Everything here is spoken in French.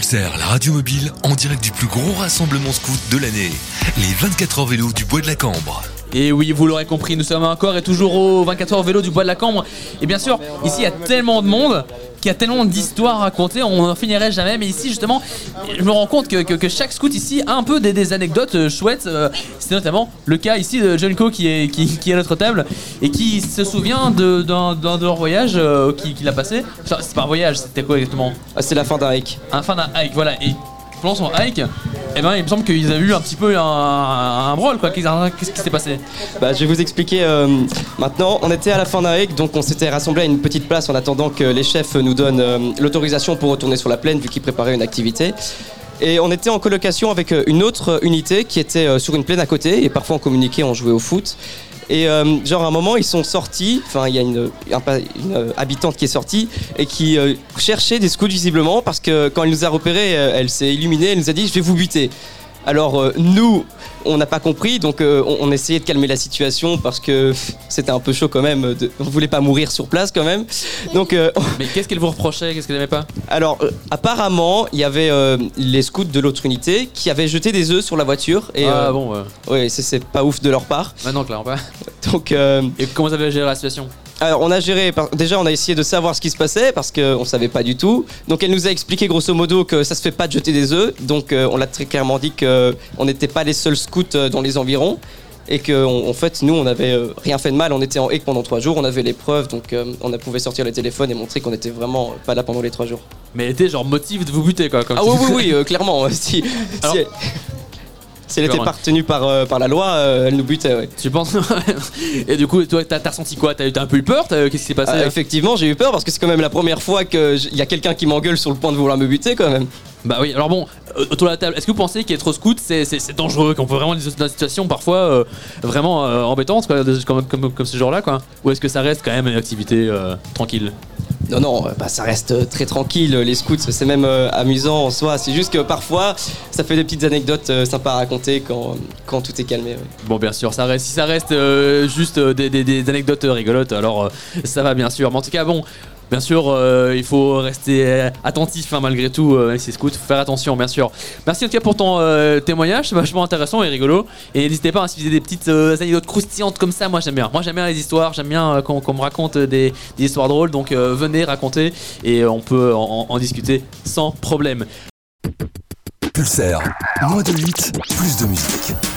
Pulsar, la radio mobile, en direct du plus gros rassemblement scout de l'année. Les 24 heures vélo du Bois de la Cambre. Et oui, vous l'aurez compris, nous sommes encore et toujours au 24 heures vélo du Bois de la Cambre. Et bien sûr, ici il y a tellement de monde, qu'il y a tellement d'histoires à raconter, on n'en finirait jamais. Mais ici justement, je me rends compte que chaque scout ici a un peu des anecdotes chouettes. C'est notamment le cas ici de John Co qui est à notre table et qui se souvient d'un de leur voyage qu'il a passé. Enfin, c'est pas un voyage, c'était quoi exactement? C'est la fin d'un hike. Un fin d'un hike, voilà. Et pendant son hike, eh ben, il me semble qu'ils avaient eu un petit peu un brawl, quoi. Qu'est-ce qui s'est passé? Je vais vous expliquer maintenant. On était à la fin d'un hike, donc on s'était rassemblé à une petite place en attendant que les chefs nous donnent l'autorisation pour retourner sur la plaine, vu qu'ils préparaient une activité. Et on était en colocation avec une autre unité qui était sur une plaine à côté, et parfois on communiquait, on jouait au foot. Et à un moment ils sont sortis, enfin il y a une habitante qui est sortie et qui cherchait des scouts visiblement parce que quand elle nous a repérés, elle s'est illuminée, elle nous a dit je vais vous buter. Alors nous, on n'a pas compris, donc on essayait de calmer la situation parce que c'était un peu chaud quand même, on voulait pas mourir sur place quand même. Donc, Mais qu'est-ce qu'elle vous reprochait? Qu'est-ce qu'elle n'aimait pas? Alors apparemment, il y avait les scouts de l'autre unité qui avaient jeté des œufs sur la voiture. Et, bon, ouais, c'est pas ouf de leur part. Maintenant, clairement pas. Donc, et comment vous avez géré la situation? Alors on a géré, déjà on a essayé de savoir ce qui se passait parce qu'on savait pas du tout. Donc elle nous a expliqué grosso modo que ça se fait pas de jeter des œufs. Donc on l'a très clairement dit qu'on n'était pas les seuls scouts dans les environs. Et qu'en fait nous on avait rien fait de mal, on était en hike pendant 3 jours, on avait les preuves. Donc on pouvait sortir les téléphones et montrer qu'on était vraiment pas là pendant les 3 jours. Mais elle était genre motive de vous buter quoi comme oui, clairement. Si elle était pas retenue par la loi, elle nous butait, ouais. Tu penses? Et du coup, toi, t'as ressenti quoi? T'as un peu eu peur? Qu'est-ce qui s'est passé? Effectivement, j'ai eu peur parce que c'est quand même la première fois qu'il y a quelqu'un qui m'engueule sur le point de vouloir me buter quand même. Bah oui, alors bon, autour de la table, est-ce que vous pensez qu'être scout c'est dangereux, qu'on peut vraiment être dans une situation parfois vraiment embêtante quoi, comme ce genre-là quoi? Ou est-ce que ça reste quand même une activité tranquille? Non, ça reste très tranquille, les scouts, c'est même amusant en soi, c'est juste que parfois ça fait des petites anecdotes sympas à raconter quand tout est calmé. Ouais. Bon bien sûr, si ça reste juste des anecdotes rigolotes, alors ça va bien sûr, mais en tout cas bon... Bien sûr, il faut rester attentif malgré tout avec ces scouts, faut faire attention bien sûr. Merci en tout cas pour ton témoignage, c'est vachement intéressant et rigolo. Et n'hésitez pas, si vous avez des petites anecdotes croustillantes comme ça, moi j'aime bien. Moi j'aime bien les histoires, j'aime bien qu'on me raconte des histoires drôles, donc venez raconter et on peut en discuter sans problème. Pulsar, moins de 8, plus de musique.